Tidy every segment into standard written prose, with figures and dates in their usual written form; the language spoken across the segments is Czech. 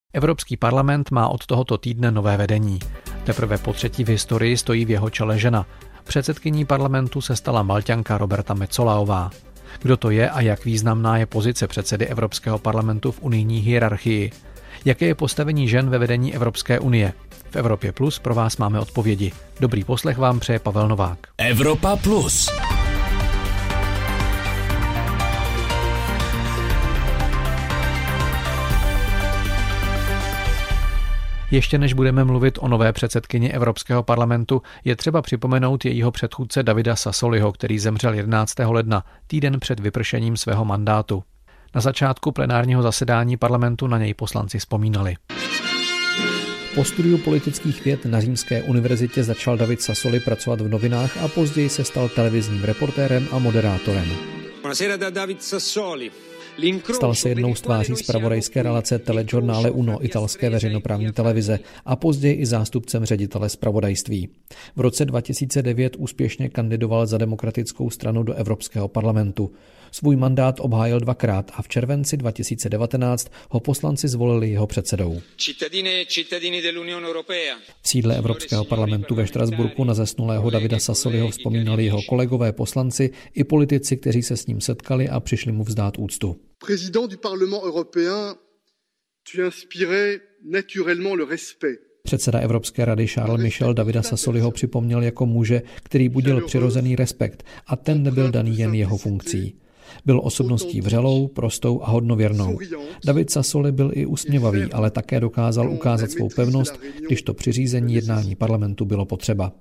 Evropský parlament má od tohoto týdne nové vedení. Teprve potřetí v historii stojí v jeho čele žena. Předsedkyní parlamentu se stala Malťanka Roberta Metsoláová. Kdo to je a jak významná je pozice předsedy Evropského parlamentu v unijní hierarchii? Jaké je postavení žen ve vedení Evropské unie? V Evropě Plus pro vás máme odpovědi. Dobrý poslech vám přeje Pavel Novák. Evropa Plus. Ještě než budeme mluvit o nové předsedkyni Evropského parlamentu, je třeba připomenout jejího předchůdce Davida Sassoliho, který zemřel 11. ledna, týden před vypršením svého mandátu. Na začátku plenárního zasedání parlamentu na něj poslanci vzpomínali. Po studiu politických věd na Římské univerzitě začal David Sassoli pracovat v novinách a později se stal televizním reportérem a moderátorem. Stal se jednou z tváří zpravodajské relace Telegiornale Uno italské veřejnoprávní televize a později i zástupcem ředitele zpravodajství. V roce 2009 úspěšně kandidoval za Demokratickou stranu do Evropského parlamentu. Svůj mandát obhájil 2krát a v červenci 2019 ho poslanci zvolili jeho předsedou. V sídle Evropského parlamentu ve Štrasburku na zesnulého Davida Sassoliho vzpomínali jeho kolegové poslanci i politici, kteří se s ním setkali a přišli mu vzdát úctu. Président du Parlement européen, tu inspirais naturellement le respect. Předseda Evropské rady Charles Michel Davida Sassoliho připomněl jako muže, který budil přirozený respekt a ten nebyl daný jen jeho funkcí. Byl osobností vřelou, prostou a hodnověrnou. David Sassoli byl i usměvavý, ale také dokázal ukázat svou pevnost, když to při řízení jednání parlamentu bylo potřeba.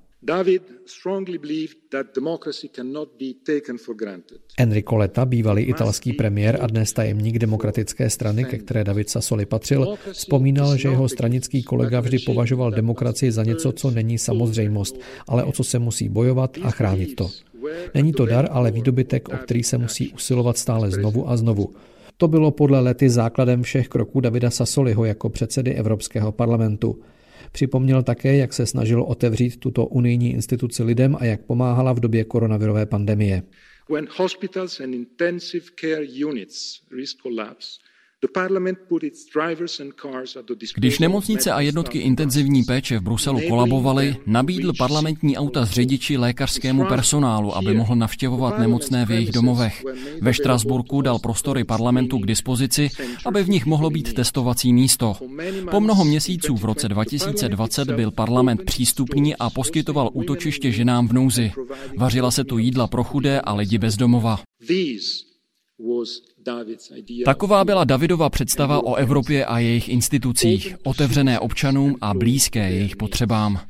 Enrico Letta, bývalý italský premiér a dnes tajemník Demokratické strany, ke které David Sassoli patřil, vzpomínal, že jeho stranický kolega vždy považoval demokracii za něco, co není samozřejmost, ale o co se musí bojovat a chránit to. Není to dar, ale výdobytek, o který se musí usilovat stále znovu a znovu. To bylo podle Letty základem všech kroků Davida Sassoliho jako předsedy Evropského parlamentu. Připomněl také, jak se snažil otevřít tuto unijní instituci lidem a jak pomáhala v době koronavirové pandemie. Když nemocnice a jednotky intenzivní péče v Bruselu kolabovaly, nabídl parlamentní auta s řidiči lékařskému personálu, aby mohl navštěvovat nemocné v jejich domovech. Ve Štrasburku dal prostory parlamentu k dispozici, aby v nich mohlo být testovací místo. Po mnoho měsíců v roce 2020 byl parlament přístupný a poskytoval útočiště ženám v nouzi. Vařila se tu jídla pro chudé a lidi bez domova. Taková byla Davidova představa o Evropě a jejich institucích, otevřené občanům a blízké jejich potřebám.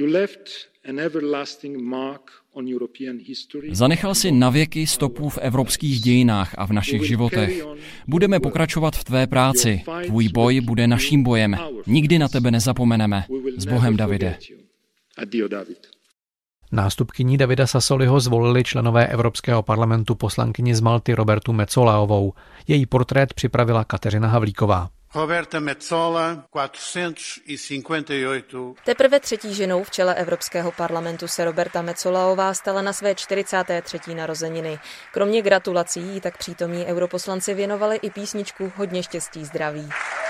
Zanechal si navěky stopu v evropských dějinách a v našich životech. Budeme pokračovat v tvé práci. Tvůj boj bude naším bojem. Nikdy na tebe nezapomeneme. S Bohem, Davide. Nástupkyní Davida Sassoliho zvolili členové Evropského parlamentu poslankyni z Malty Robertu Metsoláovou. Její portrét připravila Kateřina Havlíková. Roberta Metsola, 458. Teprve třetí ženou v čele Evropského parlamentu se Roberta Metsoláová stala na své 43. narozeniny. Kromě gratulací jí tak přítomní europoslanci věnovali i písničku Hodně štěstí, zdraví.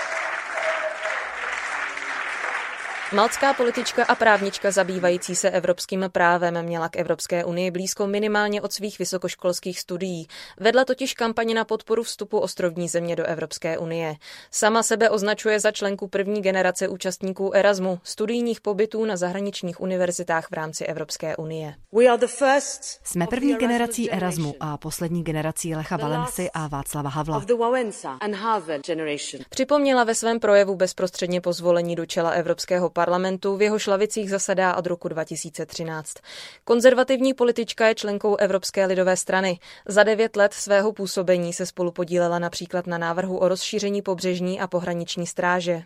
Maltská politička a právnička zabývající se evropským právem měla k Evropské unii blízko minimálně od svých vysokoškolských studií. Vedla totiž kampaň na podporu vstupu ostrovní země do Evropské unie. Sama sebe označuje za členku první generace účastníků Erasmu, studijních pobytů na zahraničních univerzitách v rámci Evropské unie. Jsme první generací Erasmu a poslední generací Lecha Valensy a Václava Havla. Připomněla ve svém projevu bezprostředně po zvolení do čela Evropského parlamentu, v jehož lavicích zasedá od roku 2013. Konzervativní politička je členkou Evropské lidové strany. Za 9 let svého působení se spolu podílela například na návrhu o rozšíření pobřežní a pohraniční stráže.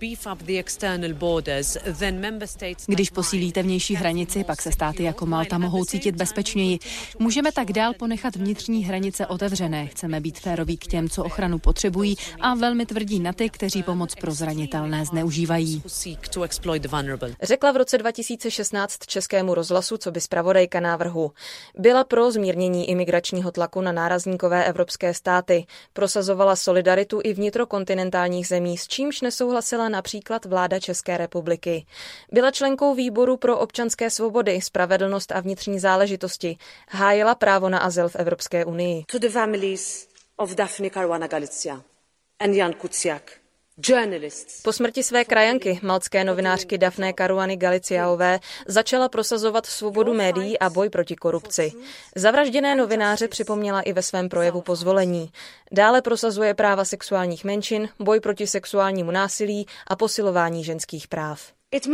Když posílíte vnější hranici, pak se státy jako Malta mohou cítit bezpečněji. Můžeme tak dál ponechat vnitřní hranice otevřené. Chceme být féroví k těm, co ochranu potřebují, a velmi tvrdí na ty, kteří pomoc pro zranitelné zneužívají. Řekla v roce 2016 Českému rozhlasu coby zpravodajka návrhu. Byla pro zmírnění imigračního tlaku na nárazníkové evropské státy. Prosazovala solidaritu i vnitrokontinentálních zemí, s čímž nesouhlasila například vláda České republiky. Byla členkou výboru pro občanské svobody, spravedlnost a vnitřní záležitosti. Hájila právo na azyl v Evropské unii. To the families of Daphne Caruana Galizia and Jan Kuciak. Po smrti své krajanky, maltské novinářky Daphne Caruany Galiciaové, začala prosazovat svobodu médií a boj proti korupci. Zavražděné novináře připomněla i ve svém projevu po zvolení. Dále prosazuje práva sexuálních menšin, boj proti sexuálnímu násilí a posilování ženských práv.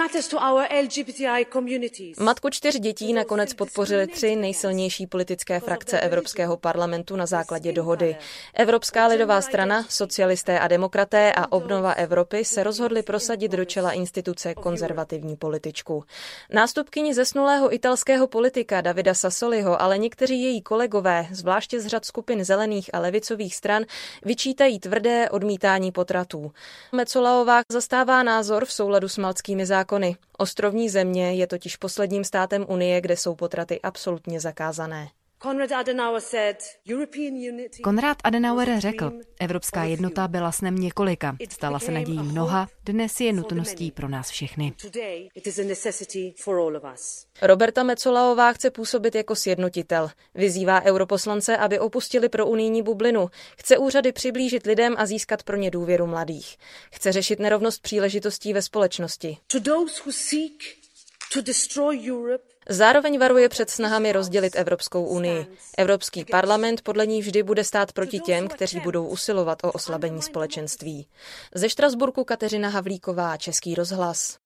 Matku 4 dětí nakonec podpořily 3 nejsilnější politické frakce Evropského parlamentu na základě dohody. Evropská lidová strana, socialisté a demokraté a Obnova Evropy se rozhodli prosadit do čela instituce konzervativní političku. Nástupkyni zesnulého italského politika Davida Sassoliho, ale někteří její kolegové, zvláště z řad skupin zelených a levicových stran, vyčítají tvrdé odmítání potratů. Mezzolaová zastává názor v souladu s maltskými zákony. Ostrovní země je totiž posledním státem Unie, kde jsou potraty absolutně zakázané. Konrad Adenauer řekl, evropská jednota byla snem několika, stala se nadějí mnoha, dnes je nutností pro nás všechny. Roberta Mezzolaová chce působit jako sjednotitel. Vyzývá europoslance, aby opustili pro unijní bublinu. Chce úřady přiblížit lidem a získat pro ně důvěru mladých. Chce řešit nerovnost příležitostí ve společnosti. Zároveň varuje před snahami rozdělit Evropskou unii. Evropský parlament podle ní vždy bude stát proti těm, kteří budou usilovat o oslabení společenství. Ze Štrasburku Kateřina Havlíková, Český rozhlas.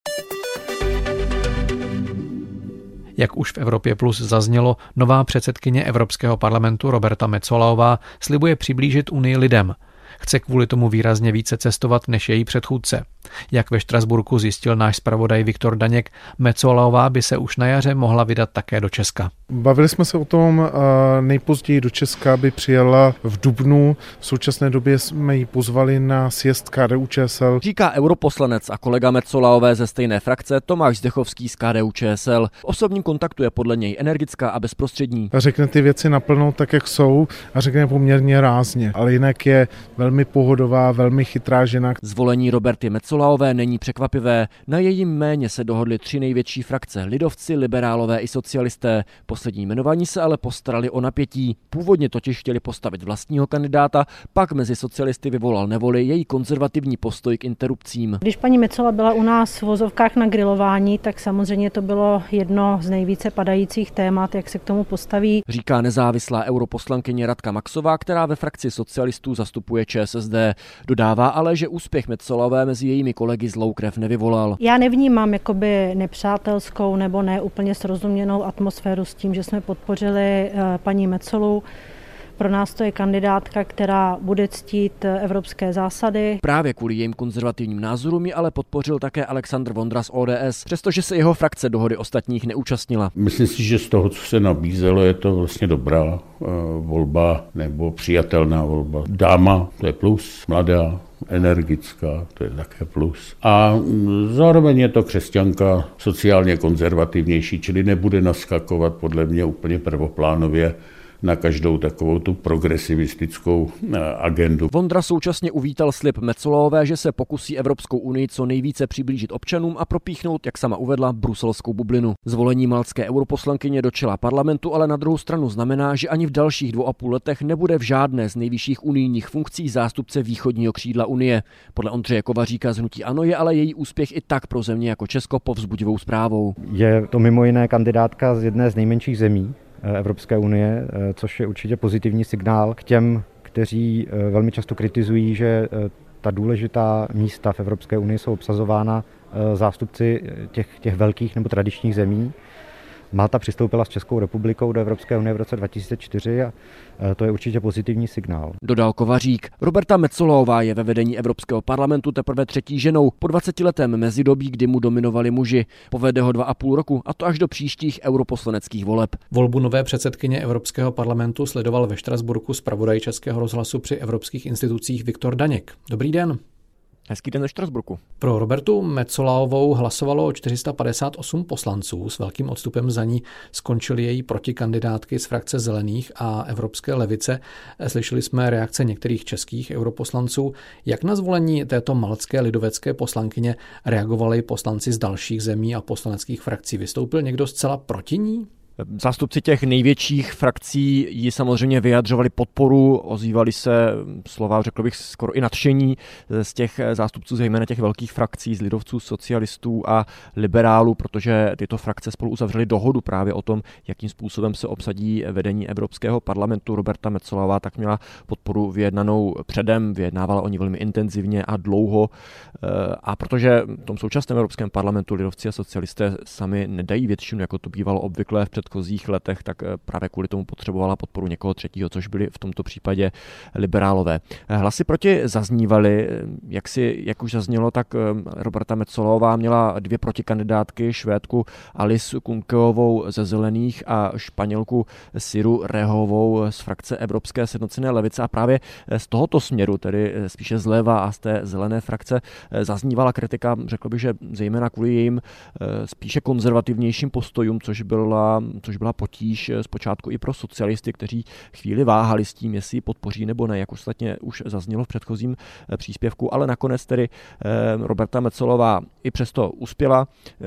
Jak už v Evropě Plus zaznělo, nová předsedkyně Evropského parlamentu Roberta Mezzolaová slibuje přiblížit Unii lidem. Chce kvůli tomu výrazně více cestovat než její předchůdce. Jak ve Štrasburku zjistil náš zpravodaj Viktor Daněk, Mezzolaová by se už na jaře mohla vydat také do Česka. Bavili jsme se o tom, nejpozději do Česka by přijela v dubnu. V současné době jsme ji pozvali na sjezd KDU-ČSL. Říká europoslanec a kolega Mezzolaové ze stejné frakce Tomáš Zdechovský z KDU-ČSL. V osobním kontaktu je podle něj energická a bezprostřední. Řekne ty věci naplno tak, jak jsou, a řekne poměrně rázně, ale jinak je velmi pohodová, velmi chytrá žena. Zvolení Roberty Mezzolaové není překvapivé. Na jejím jméně se dohodly 3 největší frakce: lidovci, liberálové i socialisté. Poslední jmenovaní se ale postarali o napětí. Původně totiž chtěli postavit vlastního kandidáta, pak mezi socialisty vyvolal nevoli její konzervativní postoj k interrupcím. Když paní Metzola byla u nás v vozovkách na grilování, tak samozřejmě to bylo jedno z nejvíce padajících témat, jak se k tomu postaví. Říká nezávislá europoslankyně Radka Maxová, která ve frakci socialistů zastupuje ČSSD. Dodává ale, že úspěch Mezzolové mezi jejími kolegy zlou krev nevyvolal. Já nevnímám jakoby nepřátelskou nebo ne úplně srozuměnou atmosféru s tím, že jsme podpořili paní Mezzolu. Pro nás to je kandidátka, která bude ctít evropské zásady. Právě kvůli jejím konzervativním názorům ji ale podpořil také Alexandr Vondra z ODS, přestože se jeho frakce dohody ostatních neúčastnila. Myslím si, že z toho, co se nabízelo, je to vlastně dobrá volba nebo přijatelná volba. Dáma, to je plus, mladá, energická, to je také plus. A zároveň je to křesťanka sociálně konzervativnější, čili nebude naskakovat podle mě úplně prvoplánově na každou takovou tu progresivistickou agendu. Vondra současně uvítal slib Mezzolové, že se pokusí Evropskou unii co nejvíce přiblížit občanům a propíchnout, jak sama uvedla, bruselskou bublinu. Zvolení maltské europoslankyně do čela parlamentu ale na druhou stranu znamená, že ani v dalších 2,5 letech nebude v žádné z nejvyšších unijních funkcí zástupce východního křídla Unie. Podle Ondřeje Kovaříka z hnutí ANO je ale její úspěch i tak pro země jako Česko povzbudivou zprávou. Je to mimo jiné kandidátka z jedné z nejmenších zemí Evropské unie, což je určitě pozitivní signál k těm, kteří velmi často kritizují, že ta důležitá místa v Evropské unii jsou obsazována zástupci těch velkých nebo tradičních zemí. Malta přistoupila s Českou republikou do Evropské unie v roce 2004 a to je určitě pozitivní signál. Dodal Kovařík. Roberta Metzolová je ve vedení Evropského parlamentu teprve 3. ženou po 20letém mezidobí, kdy mu dominovali muži. Povede ho 2,5 roku, a to až do příštích europoslaneckých voleb. Volbu nové předsedkyně Evropského parlamentu sledoval ve Štrasburku zpravodaj Českého rozhlasu při evropských institucích Viktor Daněk. Dobrý den. Hezký den ze Štrasburku. Pro Robertu Metsolovou hlasovalo 458 poslanců. S velkým odstupem za ní skončily její protikandidátky z frakce Zelených a Evropské levice. Slyšeli jsme reakce některých českých europoslanců. Jak na zvolení této maltské lidovecké poslankyně reagovali poslanci z dalších zemí a poslaneckých frakcí? Vystoupil někdo zcela proti ní? Zástupci těch největších frakcí ji samozřejmě vyjadřovali podporu, ozývali se slova, řekl bych, skoro i nadšení z těch zástupců, zejména těch velkých frakcí, z lidovců, socialistů a liberálů, protože tyto frakce spolu uzavřely dohodu právě o tom, jakým způsobem se obsadí vedení Evropského parlamentu. Roberta Metsolová tak měla podporu vyjednanou předem, vyjednávala o ní velmi intenzivně a dlouho. A protože v tom současném Evropském parlamentu lidovci a socialisté sami nedají většinu, jako to bývalo obvykle v předchozích letech, tak právě kvůli tomu potřebovala podporu někoho třetího, což byli v tomto případě liberálové. Hlasy proti zaznívaly, jak už zaznělo, tak Roberta Metsolová měla 2 protikandidátky, Švédku Alice Kunkeovou ze Zelených a Španělku Siru Rehovou z frakce Evropské sjednocené levice, a právě z tohoto směru, tedy spíše zleva a z té zelené frakce, zaznívala kritika, řekl bych, že zejména kvůli jejím spíše konzervativnějším postojům, což byla potíž zpočátku i pro socialisty, kteří chvíli váhali s tím, jestli podpoří nebo ne, jak ostatně už zaznělo v předchozím příspěvku, ale nakonec tedy Roberta Metsolová i přesto uspěla.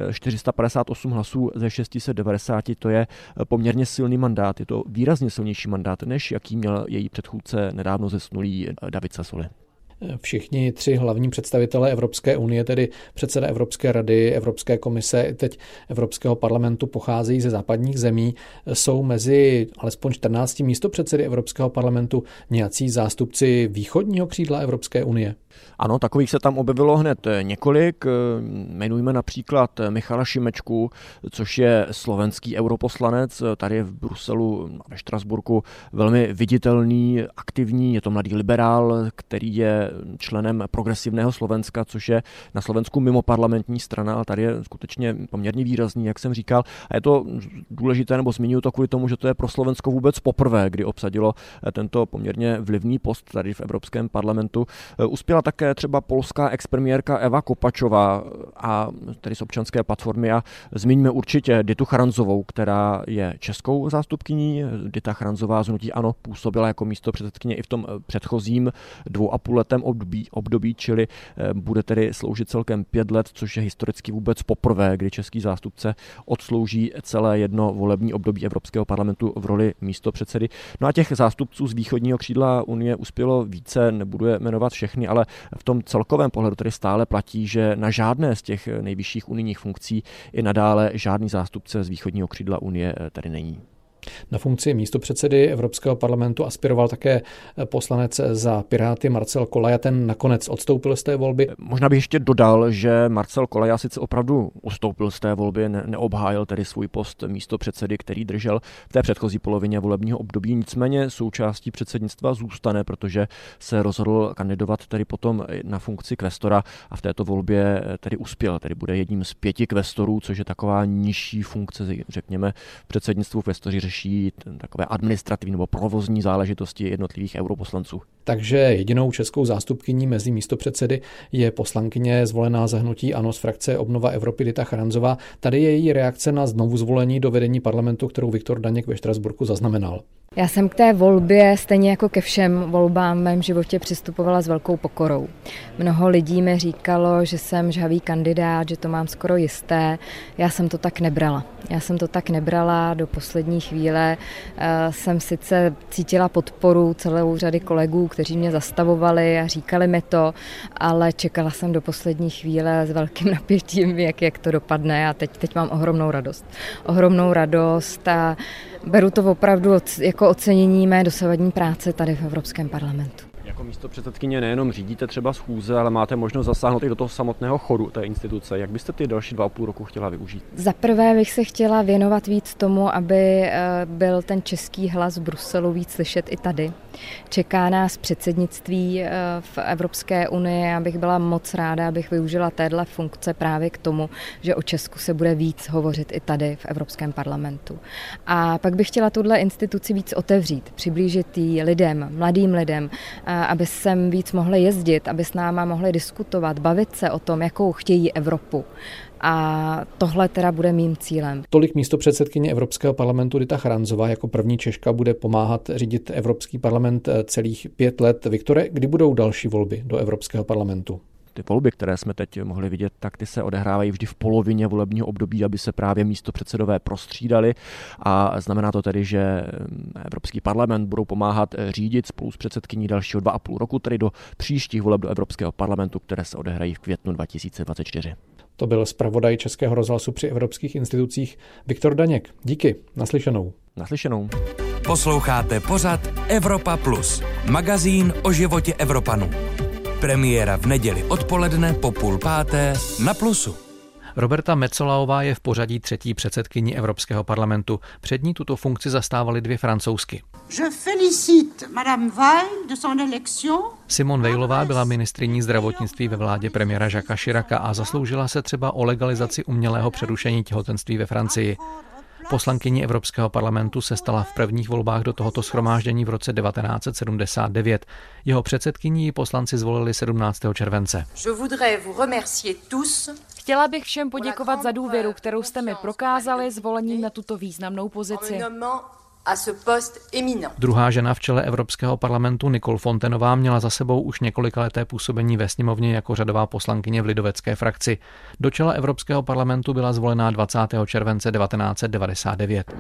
458 hlasů ze 690, to je poměrně silný mandát, je to výrazně silnější mandát, než jaký měl její předchůdce nedávno zesnulý David Sassoli. Všichni 3 hlavní představitelé Evropské unie, tedy předseda Evropské rady, Evropské komise, teď Evropského parlamentu, pocházejí ze západních zemí. Jsou mezi alespoň 14 místopředsedy Evropského parlamentu nějací zástupci východního křídla Evropské unie? Ano, takových se tam objevilo hned několik. Jmenujme například Michala Šimečku, což je slovenský europoslanec, tady v Bruselu, ve Štrasburku, velmi viditelný, aktivní, je to mladý liberál, který je členem Progresivného Slovenska, což je na Slovensku mimoparlamentní strana, ale tady je skutečně poměrně výrazný, jak jsem říkal. A je to důležité, nebo zmiňuji to kvůli tomu, že to je pro Slovensko vůbec poprvé, kdy obsadilo tento poměrně vlivný post tady v Evropském parlamentu. Uspěla také třeba polská expremiérka Eva Kopačová a tedy z občanské platformy, a zmiňme určitě Ditu Charanzovou, která je českou zástupkyní. Dita Charanzová z hnutí ANO působila jako místopředsedkyně i v tom předchozím 2,5letém období, čili bude tedy sloužit celkem 5 let, což je historicky vůbec poprvé, kdy český zástupce odslouží celé jedno volební období Evropského parlamentu v roli místopředsedy. No a těch zástupců z východního křídla Unie uspělo více, nebudu je jmenovat všechny, ale v tom celkovém pohledu tedy stále platí, že na žádné z těch nejvyšších unijních funkcí i nadále žádný zástupce z východního křídla Unie tady není. Na funkci místopředsedy Evropského parlamentu aspiroval také poslanec za Piráty Marcel Kolaja, ten nakonec odstoupil z té volby. Možná bych ještě dodal, že Marcel Kolaja sice opravdu ustoupil z té volby, neobhájil tedy svůj post místopředsedy, který držel v té předchozí polovině volebního období, nicméně součástí předsednictva zůstane, protože se rozhodl kandidovat tedy potom na funkci kvestora a v této volbě tedy uspěl, tedy bude jedním z 5 kvestorů, což je taková nižší funkce, řekněme, v předsednictvu. Kvestoři řeší takové administrativní nebo provozní záležitosti jednotlivých europoslanců. Takže jedinou českou zástupkyní mezi místopředsedy je poslankyně zvolená za hnutí ANO z frakce Obnova Evropy Dita Charanzová. Tady je její reakce na znovu zvolení do vedení parlamentu, kterou Viktor Daněk ve Štrasburku zaznamenal. Já jsem k té volbě, stejně jako ke všem volbám v mém životě, přistupovala s velkou pokorou. Mnoho lidí mi říkalo, že jsem žhavý kandidát, že to mám skoro jisté. Já jsem to tak nebrala. Do poslední chvíle jsem sice cítila podporu celou řady kolegů, kteří mě zastavovali a říkali mi to, ale čekala jsem do poslední chvíle s velkým napětím, jak to dopadne, a teď mám ohromnou radost a beru to opravdu jako ocenění mé dosavadní práce tady v Evropském parlamentu. Jako místopředsedkyně nejenom řídíte třeba schůze, ale máte možnost zasáhnout i do toho samotného chodu té instituce. Jak byste ty další 2,5 roku chtěla využít? Za prvé bych se chtěla věnovat víc tomu, aby byl ten český hlas v Bruselu víc slyšet i tady. Čeká nás předsednictví v Evropské unii, abych byla moc ráda, abych využila téhle funkce právě k tomu, že o Česku se bude víc hovořit i tady v Evropském parlamentu. A pak bych chtěla tuhle instituci víc otevřít, přiblížit ji lidem, mladým lidem, aby sem víc mohli jezdit, aby s náma mohli diskutovat, bavit se o tom, jakou chtějí Evropu. A tohle teda bude mým cílem. Tolik místopředsedkyně Evropského parlamentu Dita Charanzová jako první Češka bude pomáhat řídit Evropský parlament celých 5 let. Viktore, kdy budou další volby do Evropského parlamentu? Ty volby, které jsme teď mohli vidět, tak ty se odehrávají vždy v polovině volebního období, aby se právě místopředsedové prostřídali. A znamená to tedy, že Evropský parlament budou pomáhat řídit spolu s předsedkyní dalšího 2,5 roku, tedy do příštích voleb do Evropského parlamentu, které se odehrají v květnu 2024. To byl zpravodaj Českého rozhlasu při evropských institucích Viktor Daněk. Díky, naslyšenou. Naslyšenou. Posloucháte pořad Evropa Plus, magazín o životě Evropanů. Premiéra v neděli odpoledne po 4:30 na Plusu. Roberta Metsolová je v pořadí 3. předsedkyní Evropského parlamentu. Před ní tuto funkci zastávaly 2 Francouzky. Je félicite Madame Veil de son élection. Simone Weilová byla ministryní zdravotnictví ve vládě premiéra Jacquesa Chiraca a zasloužila se třeba o legalizaci umělého přerušení těhotenství ve Francii. Poslankyní Evropského parlamentu se stala v prvních volbách do tohoto shromáždění v roce 1979. Jeho předsedkyní poslanci zvolili 17. července. Chtěla bych všem poděkovat za důvěru, kterou jste mi prokázali zvolením na tuto významnou pozici. Druhá žena v čele Evropského parlamentu Nicole Fontanová měla za sebou už několikaleté působení ve sněmovně jako řadová poslankyně v lidovecké frakci. Do čela Evropského parlamentu byla zvolená 20. července 1999.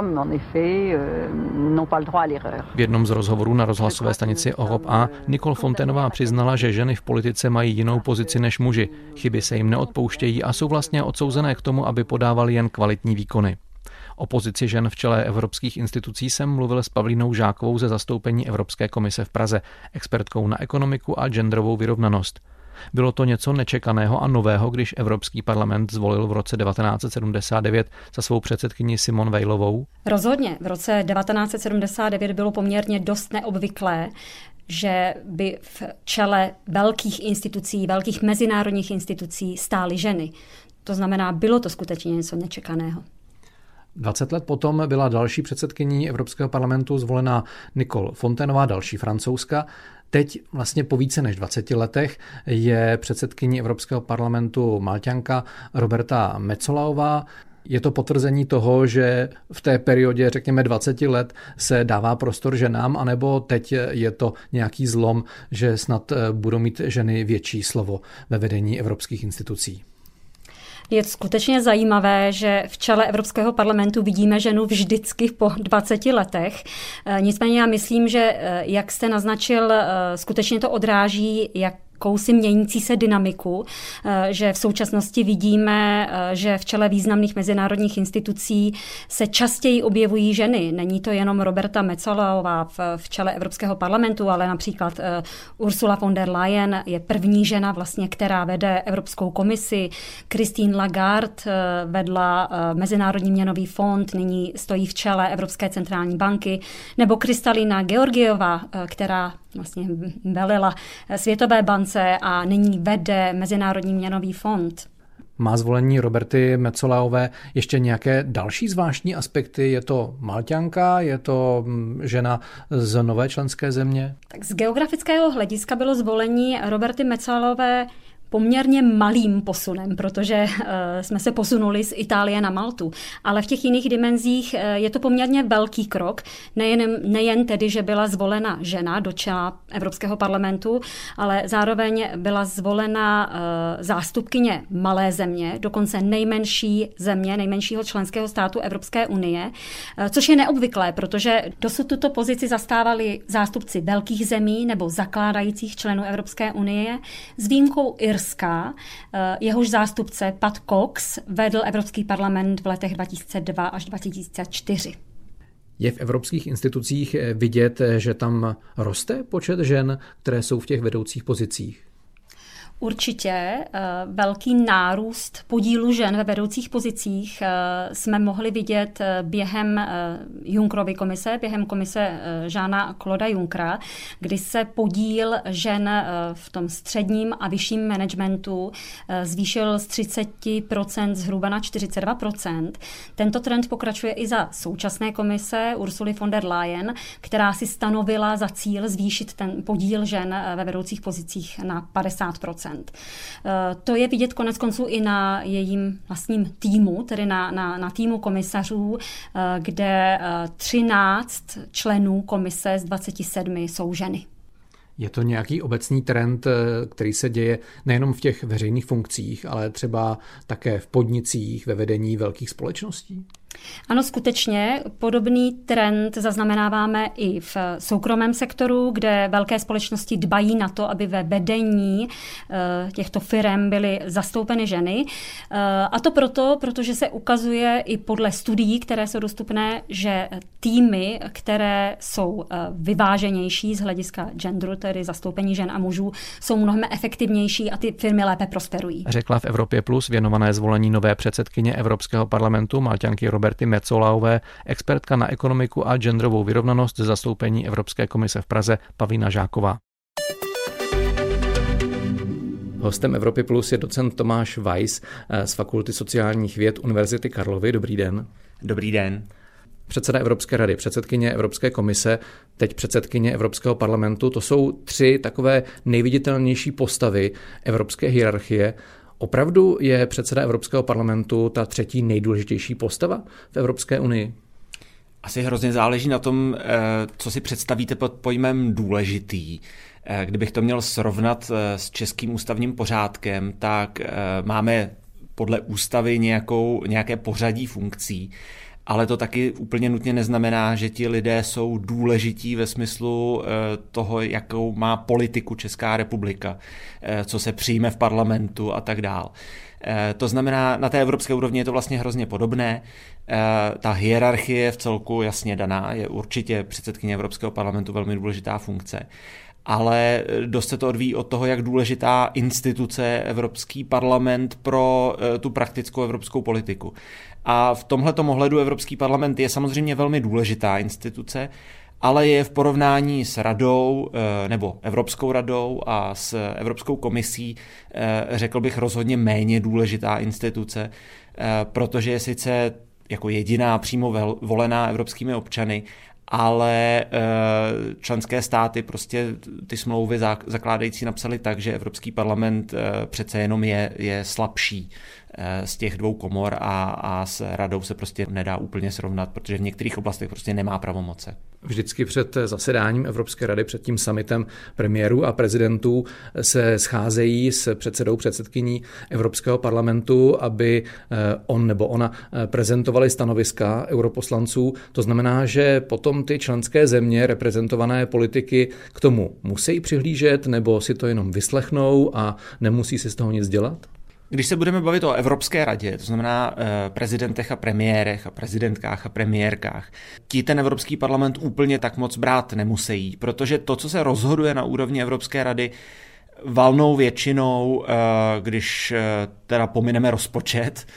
V jednom z rozhovorů na rozhlasové stanici Europe A Nicole Fontanová přiznala, že ženy v politice mají jinou pozici než muži. Chyby se jim neodpouštějí a jsou vlastně odsouzené k tomu, aby podávali jen kvalitní výkony. O pozici žen v čele evropských institucí jsem mluvil s Pavlínou Žákovou ze zastoupení Evropské komise v Praze, expertkou na ekonomiku a genderovou vyrovnanost. Bylo to něco nečekaného a nového, když Evropský parlament zvolil v roce 1979 za svou předsedkyni Simone Weilovou? Rozhodně. V roce 1979 bylo poměrně dost neobvyklé, že by v čele velkých institucí, velkých mezinárodních institucí stály ženy. To znamená, bylo to skutečně něco nečekaného. 20 let potom byla další předsedkyní Evropského parlamentu zvolená Nicole Fontanová, další Francouzska. Teď vlastně po více než 20 letech je předsedkyní Evropského parlamentu Malťanka Roberta Metsolová. Je to potvrzení toho, že v té periodě, řekněme 20 let, se dává prostor ženám, anebo teď je to nějaký zlom, že snad budou mít ženy větší slovo ve vedení evropských institucí? Je skutečně zajímavé, že v čele Evropského parlamentu vidíme ženu vždycky po 20 letech. Nicméně já myslím, že jak jste naznačil, skutečně to odráží, jakousi měnící se dynamiku, že v současnosti vidíme, že v čele významných mezinárodních institucí se častěji objevují ženy. Není to jenom Roberta Metsolová v čele Evropského parlamentu, ale například Ursula von der Leyen je první žena, vlastně, která vede Evropskou komisi. Christine Lagarde vedla Mezinárodní měnový fond, nyní stojí v čele Evropské centrální banky, nebo Kristalina Georgieva, která vlastně velila Světové bance a nyní vede Mezinárodní měnový fond. Má zvolení Roberty Metsolové ještě nějaké další zvláštní aspekty? Je to Malťanka, je to žena z nové členské země? Tak z geografického hlediska bylo zvolení Roberty Metsolové poměrně malým posunem, protože jsme se posunuli z Itálie na Maltu. Ale v těch jiných dimenzích je to poměrně velký krok. Nejen tedy, že byla zvolena žena do čela Evropského parlamentu, ale zároveň byla zvolena zástupkyně malé země, dokonce nejmenší země, nejmenšího členského státu Evropské unie, což je neobvyklé, protože dosud tuto pozici zastávali zástupci velkých zemí nebo zakládajících členů Evropské unie s výjimkou Irska. Jehož zástupce Pat Cox vedl Evropský parlament v letech 2002 až 2004. Je v evropských institucích vidět, že tam roste počet žen, které jsou v těch vedoucích pozicích? Určitě velký nárůst podílu žen ve vedoucích pozicích jsme mohli vidět během Junckerovy komise, během komise Jeana Clauda Junckera, kdy se podíl žen v tom středním a vyšším managementu zvýšil z 30% zhruba na 42%. Tento trend pokračuje i za současné komise Ursuly von der Leyen, která si stanovila za cíl zvýšit ten podíl žen ve vedoucích pozicích na 50%. To je vidět konec konců i na jejím vlastním týmu, tedy na týmu komisařů, kde 13 členů komise z 27 jsou ženy. Je to nějaký obecný trend, který se děje nejenom v těch veřejných funkcích, ale třeba také v podnicích, ve vedení velkých společností? Ano, skutečně podobný trend zaznamenáváme i v soukromém sektoru, kde velké společnosti dbají na to, aby ve vedení těchto firem byly zastoupeny ženy. A to protože se ukazuje i podle studií, které jsou dostupné, že týmy, které jsou vyváženější z hlediska genderu, tedy zastoupení žen a mužů, jsou mnohem efektivnější a ty firmy lépe prosperují. Řekla v Evropě Plus věnované zvolení nové předsedkyně Evropského parlamentu Malťanky Roberty Metzolaové expertka na ekonomiku a genderovou vyrovnanost ze zastoupení Evropské komise v Praze Pavlína Žáková. Hostem Evropy Plus je docent Tomáš Weiss z Fakulty sociálních věd Univerzity Karlovy. Dobrý den. Dobrý den. Předseda Evropské rady, předsedkyně Evropské komise, teď předsedkyně Evropského parlamentu. To jsou 3 takové nejviditelnější postavy evropské hierarchie. Opravdu je předseda Evropského parlamentu ta 3. nejdůležitější postava v Evropské unii? Asi hrozně záleží na tom, co si představíte pod pojmem důležitý. Kdybych to měl srovnat s českým ústavním pořádkem, tak máme podle ústavy nějaké pořadí funkcí, ale to taky úplně nutně neznamená, že ti lidé jsou důležití ve smyslu toho, jakou má politiku Česká republika, co se přijme v parlamentu a tak dál. To znamená, na té evropské úrovni je to vlastně hrozně podobné. Ta hierarchie v celku jasně daná, je určitě předsedkyně Evropského parlamentu velmi důležitá funkce. Ale dost se to odvíjí od toho, jak důležitá instituce Evropský parlament pro tu praktickou evropskou politiku. A v tomhletom ohledu Evropský parlament je samozřejmě velmi důležitá instituce, ale je v porovnání s radou nebo Evropskou radou a s Evropskou komisí, řekl bych, rozhodně méně důležitá instituce, protože je sice jako jediná přímo volená evropskými občany, ale členské státy prostě ty smlouvy zakládající napsali tak, že Evropský parlament přece jenom je slabší z těch 2 komor a s radou se prostě nedá úplně srovnat, protože v některých oblastech prostě nemá pravomoce. Vždycky před zasedáním Evropské rady, před tím summitem premiérů a prezidentů se scházejí s předsedou, předsedkyní Evropského parlamentu, aby on nebo ona prezentovali stanoviska europoslanců. To znamená, že potom ty členské země, reprezentované politiky k tomu musí přihlížet nebo si to jenom vyslechnou a nemusí si z toho nic dělat? Když se budeme bavit o Evropské radě, to znamená prezidentech a premiérech a prezidentkách a premiérkách, ti ten Evropský parlament úplně tak moc brát nemusí, protože to, co se rozhoduje na úrovni Evropské rady, valnou většinou, když teda pomineme rozpočet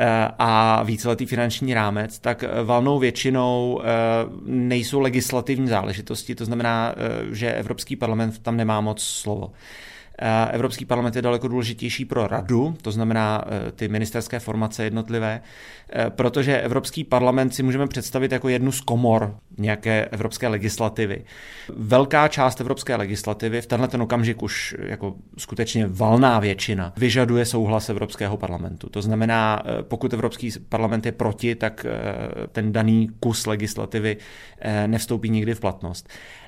a víceletý finanční rámec, tak valnou většinou nejsou legislativní záležitosti, to znamená, že Evropský parlament tam nemá moc slovo. Evropský parlament je daleko důležitější pro radu, to znamená ty ministerské formace jednotlivé, protože Evropský parlament si můžeme představit jako jednu z komor nějaké evropské legislativy. Velká část evropské legislativy v tenhle okamžik už jako skutečně valná většina vyžaduje souhlas Evropského parlamentu. To znamená, pokud Evropský parlament je proti, tak ten daný kus legislativy nevstoupí nikdy v platnost.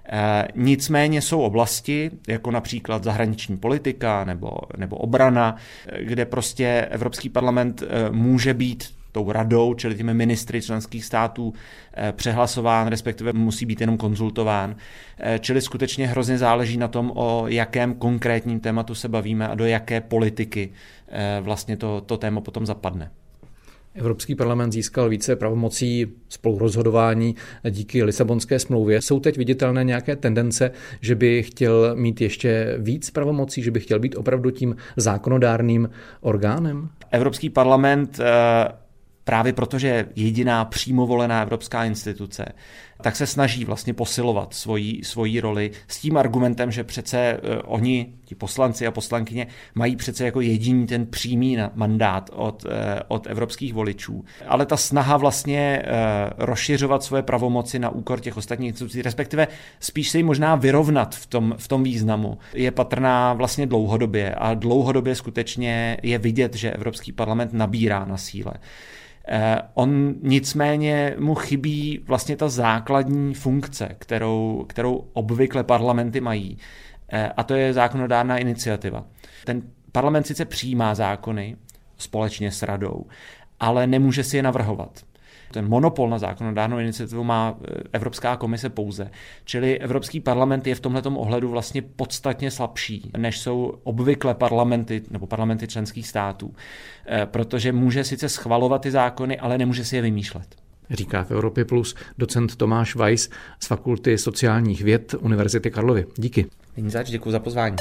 Nicméně jsou oblasti, jako například zahraniční politika nebo obrana, kde prostě Evropský parlament může být tou radou, čili těmi ministry členských států přehlasován, respektive musí být jenom konzultován. Čili skutečně hrozně záleží na tom, o jakém konkrétním tématu se bavíme a do jaké politiky vlastně to téma potom zapadne. Evropský parlament získal více pravomocí spolurozhodování díky Lisabonské smlouvě. Jsou teď viditelné nějaké tendence, že by chtěl mít ještě víc pravomocí, že by chtěl být opravdu tím zákonodárným orgánem? Evropský parlament právě protože je jediná přímo volená evropská instituce, tak se snaží vlastně posilovat svoji roli s tím argumentem, že přece oni, ti poslanci a poslankyně, mají přece jako jediný ten přímý mandát od evropských voličů. Ale ta snaha vlastně rozšiřovat svoje pravomoci na úkor těch ostatních institucí, respektive spíš se jim možná vyrovnat v tom významu, je patrná vlastně dlouhodobě a dlouhodobě skutečně je vidět, že Evropský parlament nabírá na síle. On nicméně mu chybí vlastně ta základní funkce, kterou obvykle parlamenty mají, a to je zákonodárná iniciativa. Ten parlament sice přijímá zákony společně s radou, ale nemůže si je navrhovat. Ten monopol na zákonodárnou iniciativu má Evropská komise pouze. Čili Evropský parlament je v tomhletom ohledu vlastně podstatně slabší, než jsou obvykle parlamenty nebo parlamenty členských států. Protože může sice schvalovat ty zákony, ale nemůže si je vymýšlet. Říká v Evropě Plus docent Tomáš Weiss z Fakulty sociálních věd Univerzity Karlovy. Díky. Není zač, děkuji za pozvání.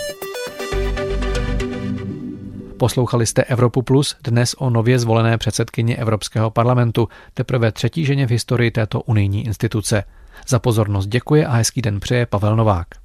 Poslouchali jste Evropu Plus, dnes o nově zvolené předsedkyni Evropského parlamentu, teprve třetí ženě v historii této unijní instituce. Za pozornost děkuje a hezký den přeje Pavel Novák.